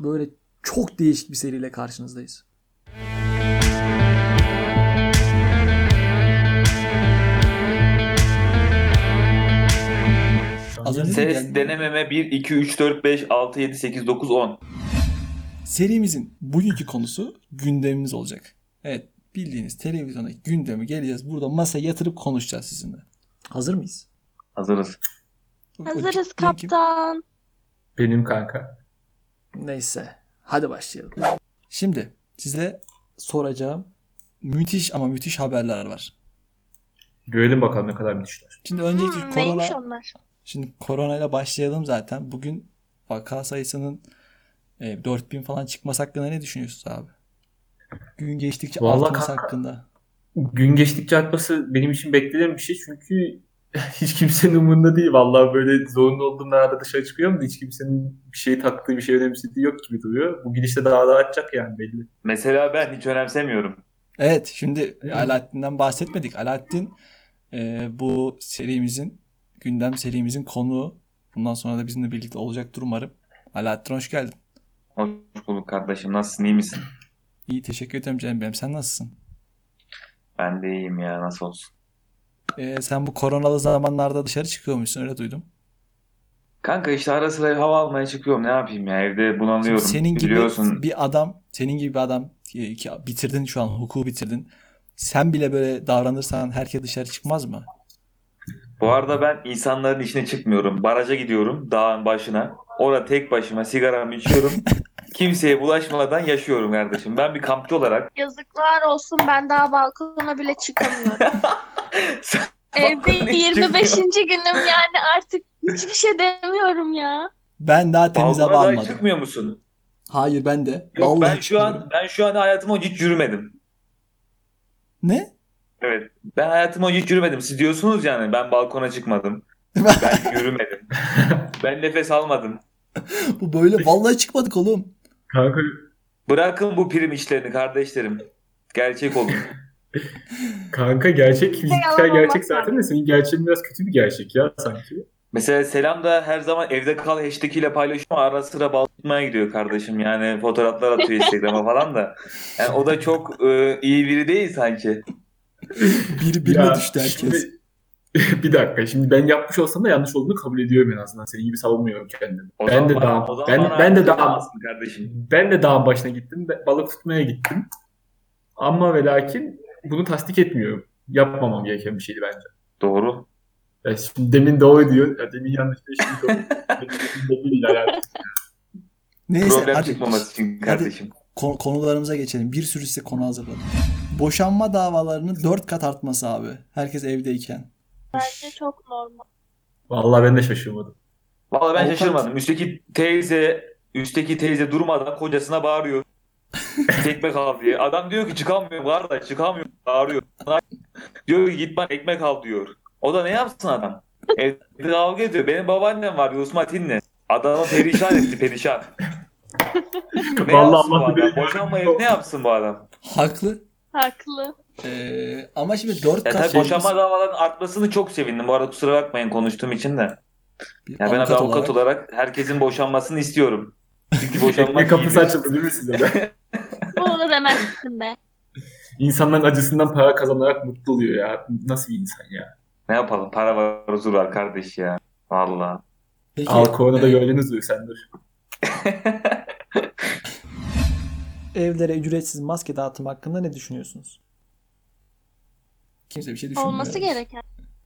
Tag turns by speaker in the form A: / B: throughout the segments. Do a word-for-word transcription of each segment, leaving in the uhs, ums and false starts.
A: böyle çok değişik bir seriyle karşınızdayız. Az önce de
B: Ses
A: geldi.
B: denememe bir, iki, üç, dört, beş, altı, yedi, sekiz, dokuz, on.
A: Serimizin bugünkü konusu gündemimiz olacak. Evet, bildiğiniz televizyona gündemi geleceğiz. Burada masaya yatırıp konuşacağız sizinle. Hazır mıyız?
B: Hazırız.
C: Hazırız
A: O- kim- kim?
C: kaptan.
D: Benim kanka.
A: Neyse. Hadi başlayalım. Şimdi size soracağım müthiş ama müthiş haberler var.
D: Görelim bakalım ne kadar müthişler.
A: Şimdi öncelikle
C: Hmm,
A: korona,
C: neymiş onlar?
A: şimdi koronayla başlayalım zaten. Bugün vaka sayısının e, dört bin falan çıkması hakkında ne düşünüyorsunuz abi? Gün geçtikçe
D: Vallahi
A: artması
D: kanka-
A: hakkında.
D: Gün geçtikçe artması benim için beklenen bir şey çünkü hiç kimsenin umurunda değil. Vallahi böyle zorunda olduğum arada dışarı çıkıyorum da hiç kimsenin bir şey taktığı, bir şey önemsediği yok gibi duruyor. Bu gidişle daha da artacak yani belli.
B: Mesela ben hiç önemsemiyorum.
A: Evet, şimdi Alaaddin'den bahsetmedik. Alaaddin e, bu serimizin, gündem serimizin konuğu. Bundan sonra da bizimle birlikte olacaktır umarım. Alaaddin hoş geldin.
B: Hoş bulduk kardeşim. Nasılsın? İyi misin?
A: İyi, teşekkür ederim canım benim. Sen nasılsın?
B: Ben de iyiyim ya. Nasıl olsun?
A: E, sen bu koronalı zamanlarda dışarı çıkıyormuşsun, öyle duydum.
B: Kanka işte ara sıra hava almaya çıkıyorum. Ne yapayım ya? Evde
A: Şimdi
B: bunalıyorum.
A: senin gibi
B: Biliyorsun.
A: bir adam, senin gibi bir adam ki, ki bitirdin şu an, hukuku bitirdin. Sen bile böyle davranırsan herkes dışarı çıkmaz mı?
B: Bu arada ben insanların içine çıkmıyorum. Baraja gidiyorum. Dağın başına. Orada tek başıma sigaramı içiyorum. Kimseye bulaşmadan yaşıyorum kardeşim. Ben bir kampçı olarak.
C: Yazıklar olsun, ben daha balkona bile çıkamıyorum.
B: Sen
C: Evde
B: balkona hiç
C: yirmi beşinci
B: çıkmıyor.
C: günüm yani, artık hiçbir şey demiyorum ya.
A: Ben daha temiz hava
B: Balkona dahi
A: almadım.
B: çıkmıyor musun?
A: Hayır, ben de.
B: Yok,
A: Vallahi
B: ben şu
A: çıkmıyorum.
B: an ben şu an hayatım boyunca hiç yürümedim.
A: Ne?
B: Evet. Ben hayatım boyunca hiç yürümedim. Siz diyorsunuz yani ben balkona çıkmadım. Ben yürümedim. Ben nefes almadım.
A: Bu böyle vallahi çıkmadık oğlum.
D: Kanka
B: Bırakın bu prim işlerini kardeşlerim. Gerçek olun.
D: kanka gerçek fizikler
C: yalan
D: gerçek
C: olmaz
D: zaten
C: yani.
D: de senin gerçeğin biraz kötü bir gerçek ya sanki.
B: Mesela Selam da her zaman evde kal hashtag ile paylaşıyor ama ara sıra bal tutmaya gidiyor kardeşim. Yani fotoğraflar atıyor Instagram'a falan da. Yani o da çok e, iyi biri değil sanki.
A: Biri birine
D: Ya
A: düştü herkes.
D: şimdi bir dakika şimdi ben yapmış olsam da yanlış olduğunu kabul ediyorum en azından. Senin gibi savunmuyorum kendimi.
B: O
D: Ben
B: zaman
D: de
B: bana,
D: dağ
B: o zaman
D: ben
B: bana
D: ben de
B: haksızlık
D: dağ
B: yapamazsın kardeşim.
D: ben de dağın başına gittim. be- Balık tutmaya gittim. Ama ve lakin bunu tasdik etmiyorum. Yapmamam gereken bir şeydi bence.
B: Doğru.
D: Ya şimdi demin doğru diyor. Ya demin yanlış diyor. Şimdi doğru. Benim dediğim değil alakalı.
A: Neyse,
B: Problem
A: hadi
B: çıkmaması için kardeşim.
A: ko- konularımıza geçelim. Bir sürü size konu hazırladım. Boşanma davalarının dört kat artması abi. Herkes evdeyken.
C: Bence çok normal.
D: Vallahi ben de şaşırmadım.
B: Vallahi ben
A: Avukat-
B: şaşırmadım. Üstteki teyze, üstteki teyze durmadan kocasına bağırıyor. Ekmek al diye. Adam diyor ki çıkamıyorum kardeş, çıkamıyorum. Bağırıyor. Diyor ki git bana ekmek al diyor. O da ne yapsın adam? Evde kavga ediyor. Benim babaannem var Yusuf Atin'le. Adamı perişan etti, perişan. Ne
D: Vallahi
B: yapsın bu
D: Allah
B: adam?
D: bilir.
B: Boşanmayıp ne yapsın bu adam?
A: Haklı.
C: Haklı.
A: Ee, ama şimdi dört
B: Ya
A: kat
B: tabii boşanma
A: şeyimiz-
B: davalarının artmasını çok sevindim. Bu arada kusura bakmayın konuştuğum için de.
A: bir
B: Ya ben
A: avukat
B: bir avukat
A: olarak
B: olarak herkesin boşanmasını istiyorum. Çünkü boşanmak
D: Ekmek kapısı
B: iyidir.
D: açıldı değil mi size de?
C: Bunu demezsin be.
D: İnsanların acısından para kazanarak mutlu oluyor ya. Nasıl bir insan ya?
B: Ne yapalım? Para var, huzur var kardeş ya. Vallahi.
A: peki
D: Al koronada
A: e,
D: gördünüz mü sen dur.
A: evlere ücretsiz maske dağıtım hakkında ne düşünüyorsunuz? Kimse bir şey düşünmüyor.
C: Olması gereken.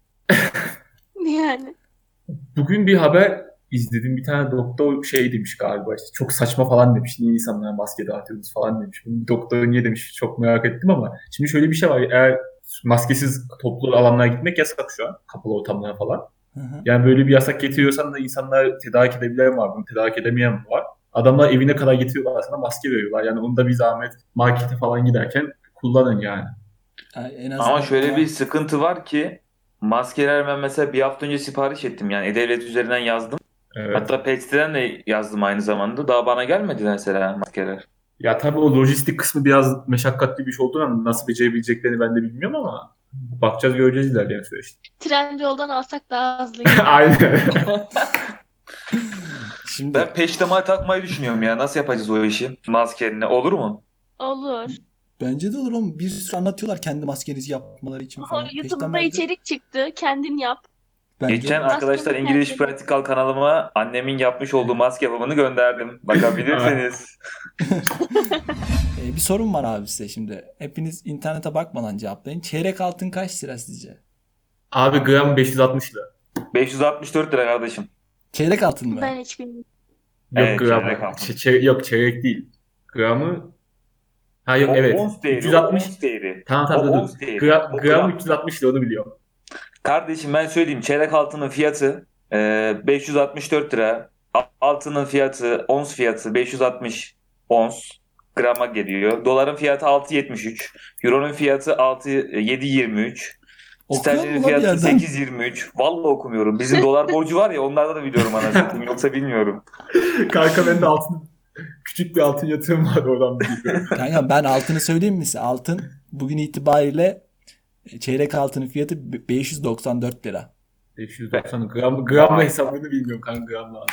C: Yani.
D: Bugün bir haber izledim. Bir tane doktor şey demiş galiba işte çok saçma falan demiş. Niye insanlara maske dağıtıyorsunuz falan demiş. Bunu doktor niye demiş çok merak ettim ama şimdi şöyle bir şey var. Eğer maskesiz toplu alanlara gitmek yasak şu an. Kapalı ortamlara falan.
A: Hı hı.
D: Yani böyle bir yasak getiriyorsan da insanlar tedarik edebilen var. Bunu tedarik edemeyen var. Adamlar evine kadar getiriyorlar sana maske veriyorlar. Yani onu da bir zahmet markete falan giderken kullanın yani.
A: Yani en azından
B: Ama şöyle bir sıkıntı var ki maskeler ben mesela bir hafta önce sipariş ettim. Yani E-Devlet üzerinden yazdım.
D: Evet.
B: Hatta Pet siteden de yazdım aynı zamanda. Daha bana gelmedi mesela maskeler.
D: Ya tabii o lojistik kısmı biraz meşakkatli bir şey olduğundan nasıl becerebileceklerini ben de bilmiyorum ama bakacağız göreceğiz ilerleyen süreçte.
C: Trendyol'dan alsak daha hızlı.
D: Aynen.
A: Şimdi
B: Ben peştemal takmayı düşünüyorum ya. Nasıl yapacağız o işi? Maskenin olur mu?
C: Olur.
A: bence de olur oğlum. Bir sürü anlatıyorlar kendi maskenizi yapmaları için falan.
C: YouTube'da
A: Peştemelde
C: içerik çıktı. Kendin yap.
A: bence
B: Geçen
A: de.
B: arkadaşlar
C: Maskemi
B: İngiliz
C: kendim-
B: Practical kanalıma annemin yapmış olduğu maske yapımını gönderdim. Bakabilirsiniz.
A: Ee, bir sorun var abi size şimdi. Hepiniz internete bakmadan cevaplayın. Çeyrek altın kaç lira sizce?
D: Abi gram beş yüz altmış lira.
B: beş yüz altmış dört lira kardeşim.
A: Çeyrek altın mı?
C: Ben hiç bilmiyorum.
D: Yok
B: Evet,
D: gram.
B: çeyrek altın.
D: Ç- çe- yok çeyrek değil. Gramı ha yok
B: O
D: evet.
B: ons değeri.
D: üç yüz altmış.
B: O ons değeri.
D: Tamam tamam
B: O
D: dur, dur.
B: ons değeri.
D: Gra-
B: O
D: gram
B: gram.
D: üç yüz altmış lira onu biliyorum.
B: Kardeşim ben söyleyeyim. Çeyrek altının fiyatı e, beş yüz altmış dört lira. A- Altının fiyatı, ons fiyatı beş yüz altmış ons grama geliyor. Doların fiyatı altı yetmiş üç. Euronun fiyatı altı yedi yirmi üç.
A: Okuyor
B: Sterlinin
A: mu lan bir
B: fiyatı
A: yerden?
B: sekiz yirmi üç. Vallahi okumuyorum. Bizim dolar borcu var ya onlarda da biliyorum anasını. Yoksa bilmiyorum.
D: Kanka bende altın küçük bir altın yatırım var oradan biliyorum.
A: Kanka ben altını söyleyeyim mi size? Altın bugün itibariyle e, çeyrek altının fiyatı be- beş yüz doksan dört lira.
D: beş yüz doksan gram gramla
B: Vay.
D: hesabını bilmiyorum kanka gram lazım.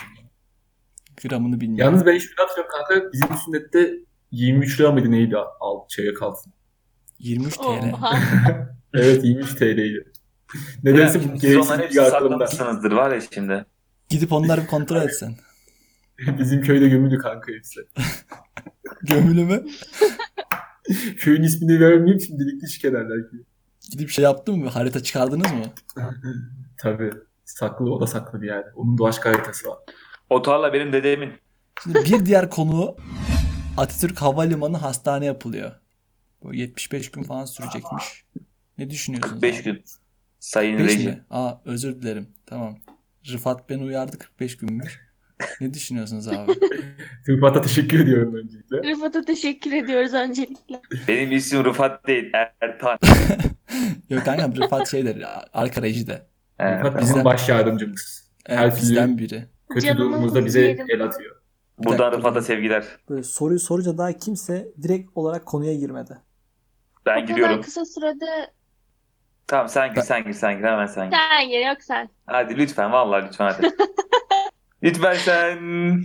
A: Gramını bilmiyorum.
D: Yalnız ben şunu hatırlıyorum kanka bizim sünnette yirmi üç lira mıydı neydi al çeyrek altın.
A: yirmi üç T L.
C: Oha.
D: Evet yirmi üç T L'ydi. Nedense bu
B: Siz
D: gereksiz
B: onların
D: bir
B: hepsini
D: aklımda.
B: saklamışsınızdır var ya şimdi.
A: Gidip onları bir kontrol etsen.
D: Bizim köyde gömülü kanka hepsi.
A: Gömülü mü?
D: Köyün ismini vermeyeyim şimdi delikli şikelerler ki.
A: Gidip şey yaptın mı? Harita çıkardınız mı?
D: Tabii. Saklı o da saklı bir yerde. Onun doğaçka haritası var.
B: O tarla benim dedemin.
A: Şimdi bir diğer konu Atatürk Havalimanı hastane yapılıyor. Bu yetmiş beş gün falan sürecekmiş. Ne düşünüyorsunuz?
B: kırk beş
A: abi?
B: gün. Sayın
A: beş
B: Reji.
A: mi? Aa özür dilerim. Tamam. Rıfat beni uyardı kırk beş günmüş. Ne düşünüyorsunuz abi?
D: Rıfat'a teşekkür ediyorum öncelikle.
C: Rıfat'a teşekkür ediyoruz öncelikle.
B: Benim isim Rıfat değil. Ertan.
A: Yok kanka Rıfat şeydir arka rejide.
B: Evet,
D: Rıfat
B: tamam.
D: bizim
A: Bizden-
D: baş yardımcımız.
A: Evet,
D: Her türlü
A: bizden biri.
D: kötü
C: Canımın
D: durumumuzda bize
C: yerim.
D: el atıyor.
B: Buradan
A: dakika,
B: Rıfat'a
A: dur.
B: sevgiler.
E: Böyle soruyu sorunca daha kimse direkt olarak konuya girmedi.
B: Ben
C: O kadar
B: gidiyorum.
C: kısa sürede
B: Tamam sen gir
A: Ben-
B: sen gir sen gir hemen sen gir.
C: sen gir yok sen.
B: Hadi lütfen vallahi lütfen hadi. Lütfen sen.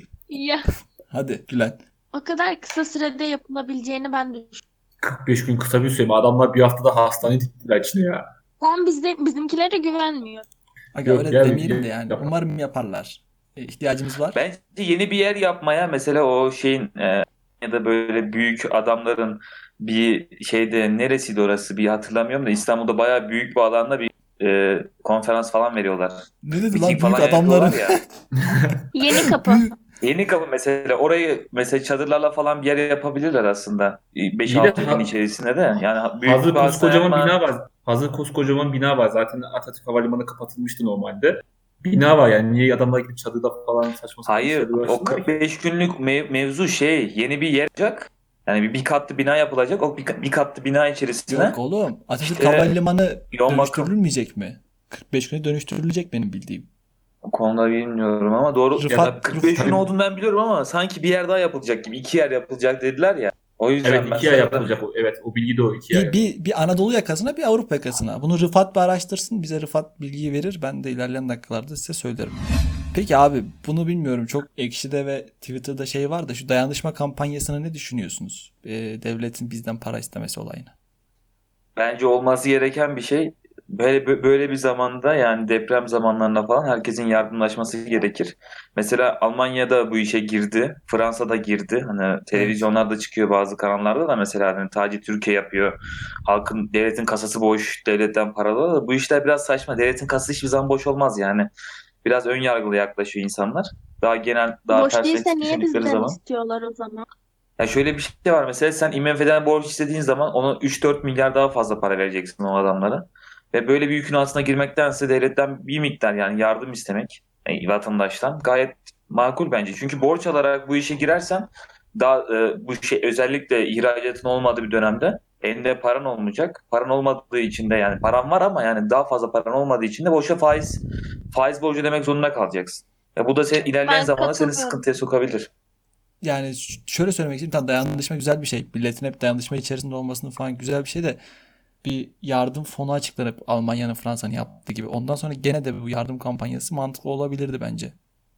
C: Ya
A: Hadi Gülen.
C: o kadar kısa sürede yapılabileceğini ben düşünüyorum.
D: kırk beş gün kısa bir süre mi? Adamlar bir haftada hastane diktiler içine ya.
C: Ben bizde bizimkilere güvenmiyor.
A: Aga
D: Yok,
A: öyle
D: gel-
A: demeyelim
D: gel-
A: de yani.
D: yapar.
A: Umarım yaparlar. E, ihtiyacımız var.
B: Bence yeni bir yer yapmaya mesela o şeyin e, ya da böyle büyük adamların bir şeyde neresiydi orası bir hatırlamıyorum da İstanbul'da bayağı büyük bir alanda bir e, konferans falan veriyorlar.
A: Ne dedi lan
B: Miting
A: büyük
B: falan
A: adamların?
B: yapıyorlar ya.
C: Yeni kapı.
B: Yeni kapı mesela orayı mesela çadırlarla falan bir yer yapabilirler aslında. beş
D: İyi de
B: altı
D: ha-
B: gün içerisinde de. Yani büyük
D: Hazır
B: bir
D: koskocaman
B: hastane
D: bina var. Hazır koskocaman bina var. Zaten Atatürk Havalimanı kapatılmıştı normalde. Bina var yani. Niye adamlar gidip çadırda falan saçma sapan
B: Hayır,
D: işlerle
B: o
D: uğraşsınlar
B: kırk
D: ki?
B: beş günlük mev- mevzu şey, yeni bir yer yapacak. Yani bir, bir katlı bina yapılacak. O bir, bir katlı bina içerisine
A: Yok oğlum. Atatürk
B: İşte
A: Havalimanı
B: yoğun bakım.
A: dönüştürülmeyecek mi? kırk beş güne dönüştürülecek benim bildiğim.
B: o konuda bilmiyorum ama doğru.
A: Rıfat-
B: Ya da kırk beş gün
A: Rıfat-
B: olduğunu ben biliyorum ama sanki bir yer daha yapılacak gibi. iki yer yapılacak dediler ya. O yüzden
D: Evet
B: ben
D: iki yer
B: sana-
D: yapılacak. o. Evet o bilgi doğru iki yer.
A: Bir, bir, bir Anadolu yakasına bir Avrupa yakasına. Bunu Rıfat bir araştırsın. Bize Rıfat bilgiyi verir. Ben de ilerleyen dakikalarda size söylerim. Peki abi bunu bilmiyorum. Çok Ekşi'de ve Twitter'da şey var da şu dayanışma kampanyasına ne düşünüyorsunuz? Ee, devletin bizden para istemesi olayını.
B: Bence olması gereken bir şey. Böyle böyle bir zamanda yani deprem zamanlarında falan herkesin yardımlaşması gerekir. Mesela Almanya'da bu işe girdi, Fransa'da girdi. Hani televizyonlarda çıkıyor bazı kanallarda da mesela hani Taci Türkiye yapıyor. Halkın, devletin kasası boş, devletten paralı da bu işler biraz saçma. Devletin kasası hiçbir zaman boş olmaz yani. Biraz ön yargılı yaklaşıyor insanlar. Daha genel, daha
C: Boş değilse
B: perspektif
C: niye
B: düşündükleri
C: bizden
B: zaman.
C: istiyorlar o zaman?
B: Ya şöyle bir şey var mesela sen I M F'den borç istediğin zaman ona üç dört milyar daha fazla para vereceksin o adamlara. Ve böyle bir yükün altına girmektense devletten bir miktar yani yardım istemek e, vatandaştan gayet makul bence. Çünkü borç alarak bu işe girersen daha e, bu şey özellikle ihracatın olmadığı bir dönemde elinde paran olmayacak. Paran olmadığı için de yani paran var ama yani daha fazla paran olmadığı için de boşa faiz faiz borcu ödemek zorunda kalacaksın. Ya bu da sen ilerleyen
C: Ben
B: zamanda seni
C: katılıyorum.
B: sıkıntıya sokabilir.
A: Yani ş- şöyle söylemek istiyorum. Tamam dayanışma güzel bir şey. Milletin hep dayanışma içerisinde olmasını falan güzel bir şey de bir yardım fonu açıklanıp Almanya'nın Fransa'nın yaptığı gibi. Ondan sonra gene de bu yardım kampanyası mantıklı olabilirdi bence.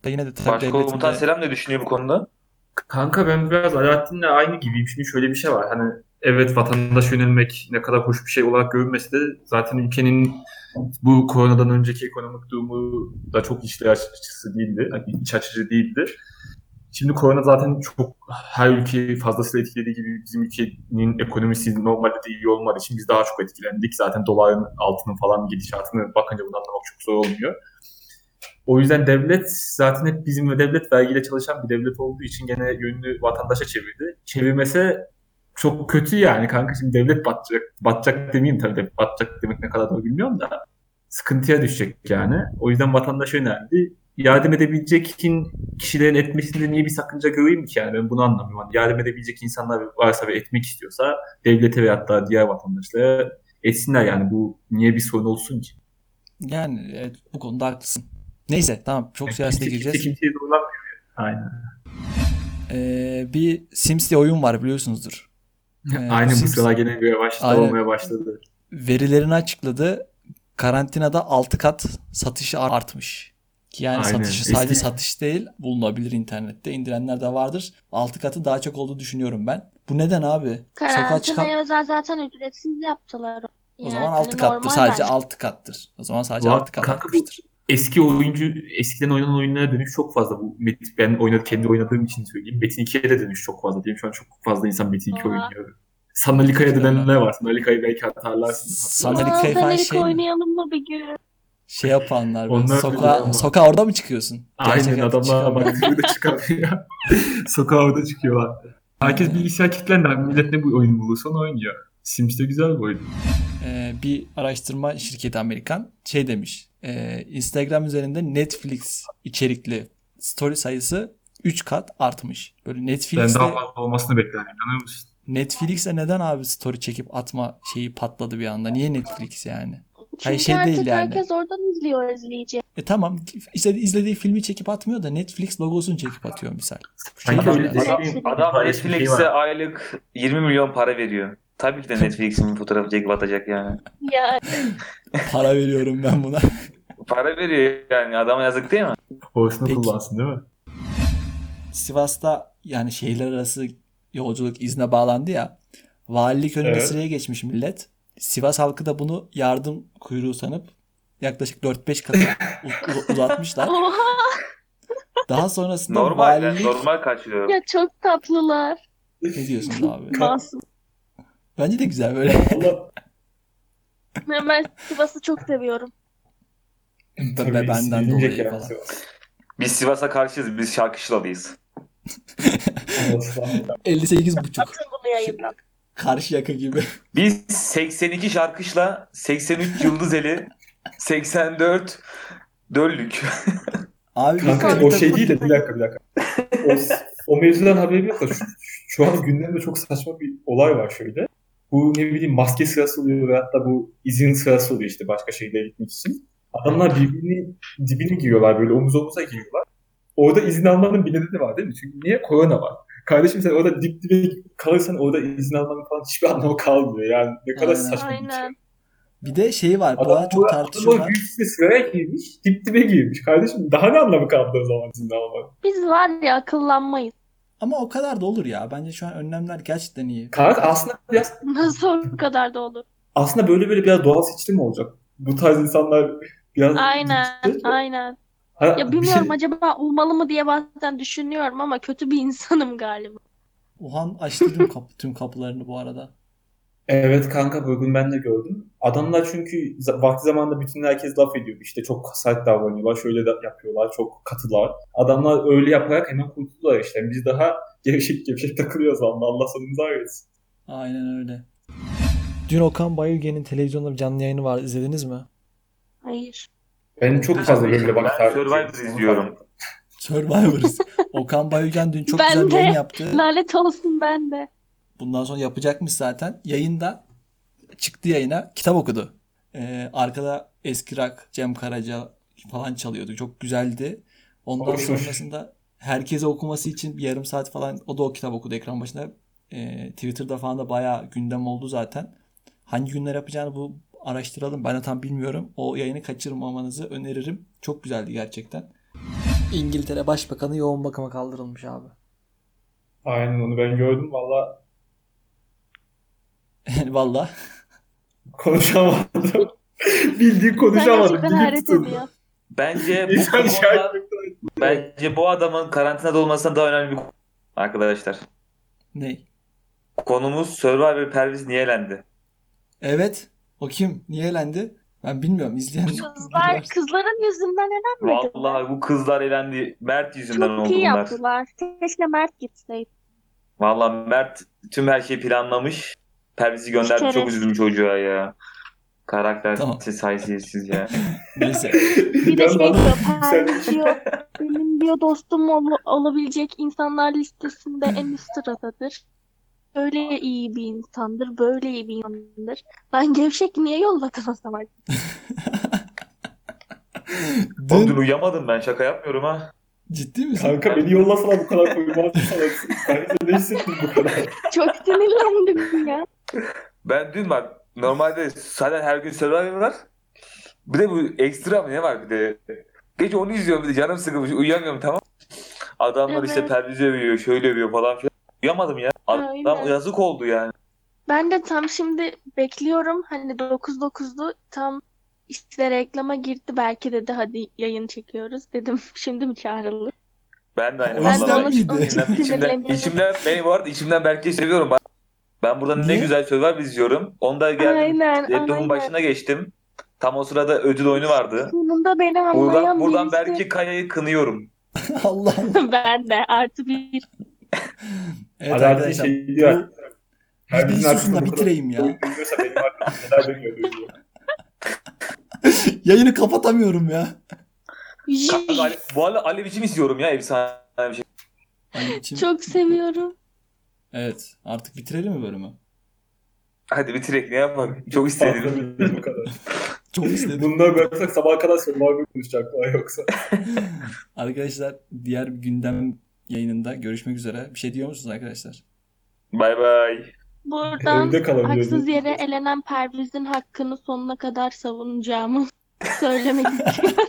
A: Da yine de tabii
B: Başkomutan
A: devletin de
B: Selam ne düşünüyor bu konuda?
D: Kanka ben biraz Alaaddin'le aynı gibiyim. Şimdi şöyle bir şey var. Hani evet vatandaş yönelmek ne kadar hoş bir şey olarak görünmese de zaten ülkenin bu koronadan önceki ekonomik durumu da çok içli açıcı değildi. Yani iç açıcı değildi. Şimdi korona zaten çok her ülkeyi fazlasıyla etkilediği gibi bizim ülkenin ekonomisi normalde de iyi olmadığı için biz daha çok etkilendik. Zaten doların, altının falan gidişatını bakınca bunu anlamak çok zor olmuyor. O yüzden devlet zaten hep bizim devlet vergiyle çalışan bir devlet olduğu için gene yönünü vatandaşa çevirdi. Çevirmese çok kötü yani kanka. Şimdi devlet batacak. Batacak demeyeyim tabii de batacak demek ne kadar doğru bilmiyorum da sıkıntıya düşecek yani. O yüzden vatandaş önerdi. Yardım edebilecek kişilerin etmesinde niye bir sakınca göreyim ki yani ben bunu anlamıyorum. Yani yardım edebilecek insanlar varsa ve etmek istiyorsa devlete ve hatta diğer vatandaşlara etsinler yani bu niye bir sorun olsun ki?
A: yani evet, bu konuda haklısın. Neyse tamam çok
D: Yani
A: siyasete
D: kimse, kimse
A: gireceğiz.
D: kimseyi zorlamıyor. Aynen.
A: Ee, bir Sims diye oyun var biliyorsunuzdur. Ee,
D: Aynen bu
A: Sims
D: sıralar gene bir başta
A: Aynen.
D: olmaya başladı.
A: verilerini açıkladı. Karantinada altı kat satışı artmış. Ki yani
D: Aynen.
A: satışı sadece
D: Eski-
A: satış değil, bulunabilir internette. İndirenler de vardır. altı katı daha çok olduğu düşünüyorum ben. Bu neden abi? Sokağa çıkan
C: Karantinaya özel zaten ücretsiz yaptılar.
A: o zaman
C: Yani
A: altı kattır.
C: normal
A: Sadece
C: bence.
A: altı kattır. O zaman sadece
D: Valla
A: altı kat
D: kanka bu
A: artmıştır.
D: eski oyuncu, eskiden oynanan oyunlara dönüş çok fazla. Bu Met- ben oynadım, kendi oynadığım için söyleyeyim. Metin ikiye de dönüş çok fazla diyeyim. Şu an çok fazla insan Metin iki
C: Oha.
D: oynuyor. Sanalika'ya dönenler var. Sanalika'yı belki hatırlarsınız.
A: Sanalik
C: Aa,
A: Kayıp
C: Sanarik
A: şey mi?
C: oynayalım mı bir gün?
A: Şey yapanlar böyle.
D: Onlar
A: Sokağa,
D: biliyorum.
A: sokağa orada mı çıkıyorsun? Gerçek
D: Aynen
A: hayatta
D: adamlar
A: çıkamıyorum.
D: bak burada çıkamıyor. Sokağa orada çıkıyorlar. Herkes bilgisayar kilitlendi abi. Millet ne bu oyun bulursa onu oynuyor. Sims de güzel bir oyun.
A: Ee, bir araştırma şirketi Amerikan şey demiş. e, Instagram üzerinde Netflix içerikli story sayısı üç kat artmış. Böyle
D: Ben
A: Netflix'te
D: daha fazla olmasını beklerdim. İnanıyor musun?
A: Netflix'e neden abi story çekip atma şeyi patladı bir anda? Niye Netflix yani?
C: Çünkü
A: Hayır şey değil
C: artık
A: yani.
C: herkes oradan izliyor izleyici.
A: E tamam işte izlediği filmi çekip atmıyor da Netflix logosunu çekip atıyor misal. Şey
D: Sanki
A: var
D: öyle
A: ya.
D: değil.
C: Netflix.
D: Bir
B: Adam
D: paylaşım şeyi
B: Netflix'e
D: var.
B: aylık yirmi milyon para veriyor. Tabii ki de Netflix'in fotoğrafı çekip atacak yani.
C: Ya
A: Para veriyorum ben buna.
B: Para veriyor yani adama yazık değil mi?
D: Hoşuna
A: Peki.
D: kullansın değil mi?
A: Sivas'ta yani şehirler arası yolculuk izne bağlandı ya. Valilik önünde
D: Evet.
A: sıraya geçmiş millet. Sivas halkı da bunu yardım kuyruğu sanıp yaklaşık dört beş katı u- u- uzatmışlar.
C: oha
A: Daha sonrasında
B: Normal yani
A: valilik
B: normal kaçıyor.
C: ya çok tatlılar.
A: ne diyorsunuz abi?
C: Masum.
A: Bence de güzel böyle.
D: Valla
C: Ben Sivas'ı çok seviyorum.
A: Be- be- benden dolayı falan.
B: Biz Sivas'a karşıyız. Biz Şarkışlalıyız.
A: elli sekiz buçuk.
C: Atın bunu yayından.
A: Karşıyaka gibi.
B: Biz seksen iki Şarkışla, seksen üç Yıldızeli, seksen dört Döllük.
A: Abi biz
D: Kanka
A: tabii
D: o
A: tabii-
D: şey değil de bir dakika bir dakika. O, o mevzudan haberim yok da şu, şu an gündemde çok saçma bir olay var şöyle. Bu ne bileyim maske sırası oluyor ve hatta bu izin sırası oluyor işte başka şehirlere gitmek için. Adamlar birbirini dibini giriyorlar böyle omuz omuza giriyorlar. Orada izin almanın bir nedeni var değil mi? Çünkü niye? Korona var. Kardeşim sen orada dip dibe kalırsan orada izin almanın falan hiçbir anlamı kalmıyor. Yani ne kadar
A: Aynen.
D: saçma bir şey.
C: Aynen.
A: Bir de şey var. Bu
D: Adam
A: arada çok
D: bu adam o
A: tartışıyorlar.
D: büyük size sıraya girmiş, dip dibe girmiş. Kardeşim daha ne anlamı kaldı o zaman izin almanın?
C: Biz var ya akıllanmayız.
A: Ama o kadar da olur ya. Bence şu an önlemler gerçekten iyi.
D: Kanka aslında biraz
C: Nasıl o kadar da olur?
D: aslında böyle böyle biraz doğal seçilim olacak. Bu tarz insanlar biraz
C: Aynen,
D: gidecek.
C: aynen.
D: Ha,
C: Ya
D: bir
C: bilmiyorum
D: şey-
C: acaba olmalı mı diye bazen düşünüyorum ama kötü bir insanım galiba.
A: Wuhan açtı tüm, kapı, tüm kapılarını bu arada.
D: Evet kanka bugün ben de gördüm. Adamlar çünkü za- vakti zamanında bütün herkes laf ediyordu. İşte çok sert davranıyorlar, şöyle de yapıyorlar, çok katılar. Adamlar öyle yaparak hemen kurtuldular işte. Biz daha gevşek gevşek takılıyoruz vallahi. Allah sonumuzu hayretsin.
A: Aynen öyle.
E: Dün Okan Bayülgen'in televizyonda bir canlı yayını var. İzlediniz mi?
C: Hayır.
D: Ben çok fazla böyle vakit
B: Ben
D: harcıyorum.
B: Survivor izliyorum.
A: Survivors. Okan Bayülgen dün çok
C: Ben
A: güzel bir
C: de.
A: yayın yaptı.
C: Lanet olsun ben de.
A: Bundan sonra yapacakmış zaten. Yayında çıktı yayına kitap okudu. Ee, arkada eski rock, Cem Karaca falan çalıyordu. Çok güzeldi. Ondan
D: Hoşmuş.
A: sonrasında herkese okuması için bir yarım saat falan o da o kitap okudu ekran başında. Ee, Twitter'da falan da bayağı gündem oldu zaten. Hangi günler yapacağını bu araştıralım. Ben de tam bilmiyorum. O yayını kaçırmamanızı öneririm. Çok güzeldi gerçekten.
E: İngiltere Başbakanı yoğun bakıma kaldırılmış abi.
D: Aynen onu ben gördüm valla
A: Valla.
D: konuşamadım. Bildiğin
C: Ben
D: konuşamadım.
C: gerçekten
D: Dilim
C: hayret
D: tutuldu.
C: ediyor.
B: Bence bu
D: İnsan
B: konuda,
D: şahit
B: bence bu adamın karantinada olmasından daha önemli bir konu arkadaşlar.
A: Ney?
B: Konumuz Survivor Perviz niye elendi?
A: Evet. O kim? Niye elendi? Ben bilmiyorum. İzleyen biri
C: Kızlar,
A: varsa.
C: kızların yüzünden elenmedi.
B: Vallahi bu kızlar elendi. Mert yüzünden
C: Çok
B: oldu
C: iyi
B: bunlar.
C: yaptılar. Keşke Mert gitseydi.
B: Vallahi Mert tüm her şeyi planlamış. Perviz'i gönderdi. Çok
C: Şerefsiz.
B: üzüldüm çocuğa ya.
A: Tamam.
B: Karaktersiz, haysiyetsiz ya.
A: Neyse.
C: Bir de
D: Ben
C: şey
D: vallahi
C: diyor,
D: yükseldim.
C: Perviz diyor, benim diyor dostum ol- olabilecek insanlar listesinde en üst sıradadır. Böyle iyi bir insandır, böyle iyi bir insandır. Lan gevşek niye yolladın o zaman?
B: Oğlum dün
A: Dün
B: uyuyamadım ben. Şaka yapmıyorum ha.
A: ciddi misin?
D: Kanka beni yollasana bu kadar koymaz sanırsın. Ben de ne hissettim bu kadar?
C: Çok sinirlendim ya.
B: Ben dün bak normalde zaten her gün Survivor var. Bir de bu ekstra mı ne var bir de. Gece onu izliyorum bir de canım sıkılmış. Uyuyamıyorum tamam. Adamlar işte
C: Evet.
B: Perviz'i övüyor, şöyle övüyor falan filan. Uyuyamadım ya. Adam
C: Aynen.
B: yazık oldu yani.
C: Ben de tam şimdi bekliyorum. Hani dokuz dokuzdu. Tam işte reklama girdi. Belki dedi hadi yayın çekiyoruz. Dedim şimdi mi çağrılır?
B: Ben de aynı
A: O
C: Ben de
A: yüzden
B: vallahi.
C: onu,
A: miydi?
C: onu
B: İçimden,
C: çok
B: içimden,
C: sinirleniyorum.
B: içimden, beni bu arada içimden Berke'yi seviyorum. Ben, ben burada ne
A: Niye?
B: güzel Survivor izliyorum. Onda geldim.
C: Aynen,
B: Laptopun
C: aynen.
B: başına geçtim. Tam o sırada ödül oyunu vardı.
C: Sonunda beni
B: Buradan,
C: anlayan
B: buradan
C: birisi.
B: Berke Kaya'yı kınıyorum.
A: Allah Allah.
C: Ben de artı bir.
A: Evet
D: Alaaddin
A: arkadaşlar.
D: şey diyor.
A: Bu
D: Her
A: bir
D: bizim
A: susun
D: arkasında
A: da
D: bu kadar
A: bitireyim ya.
D: oyun dönüyorsa benim arkamda neler dönüyor diyor.
A: Yayını kapatamıyorum ya.
B: Kanka, Ali, bu arada Ali biçim istiyorum ya efsane bir şey.
A: Hani için...
C: Çok seviyorum.
A: Evet. Artık bitirelim mi bölümü?
B: Hadi bitirek ne yapalım. Çok istedim.
D: Fazla değil bu kadar.
A: Çok istedim.
D: Bunları bıraksak sabaha kadar Survivor konuşacaklar yoksa.
A: Arkadaşlar diğer bir gündem yayınında görüşmek üzere. Bir şey diyor musunuz arkadaşlar?
B: Bay bay.
C: Buradan
D: Evde kalabiliyoruz.
C: haksız yere elenen Perviz'in hakkını sonuna kadar savunacağımı söylemek istiyorum.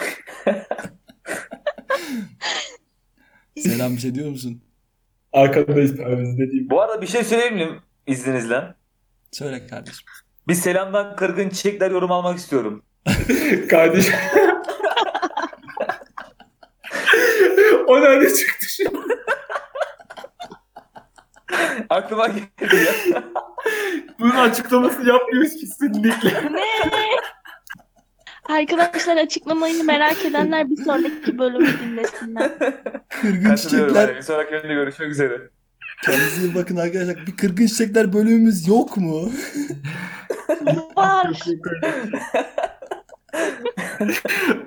A: Selam bir şey diyor musun?
D: Arkadayız Perviz dediğim.
B: Bu arada bir şey söyleyeyim mi izninizle?
A: Söyle kardeşim.
B: Bir selamdan kırgın çiçekler yorum almak istiyorum.
D: Kardeş. O nerede çıktı şimdi?
B: Aklıma geldi ya.
D: Bunun açıklamasını yapmıyoruz kesinlikle.
C: Arkadaşlar açıklamayı merak edenler bir sonraki bölümü dinlesinler.
A: Kırgın
B: Katılıyorum.
A: çiçekler.
B: Hadi. Bir sonraki bölümde görüşmek üzere.
A: Kendinize iyi bakın arkadaşlar. Bir kırgın çiçekler bölümümüz yok mu?
C: Var.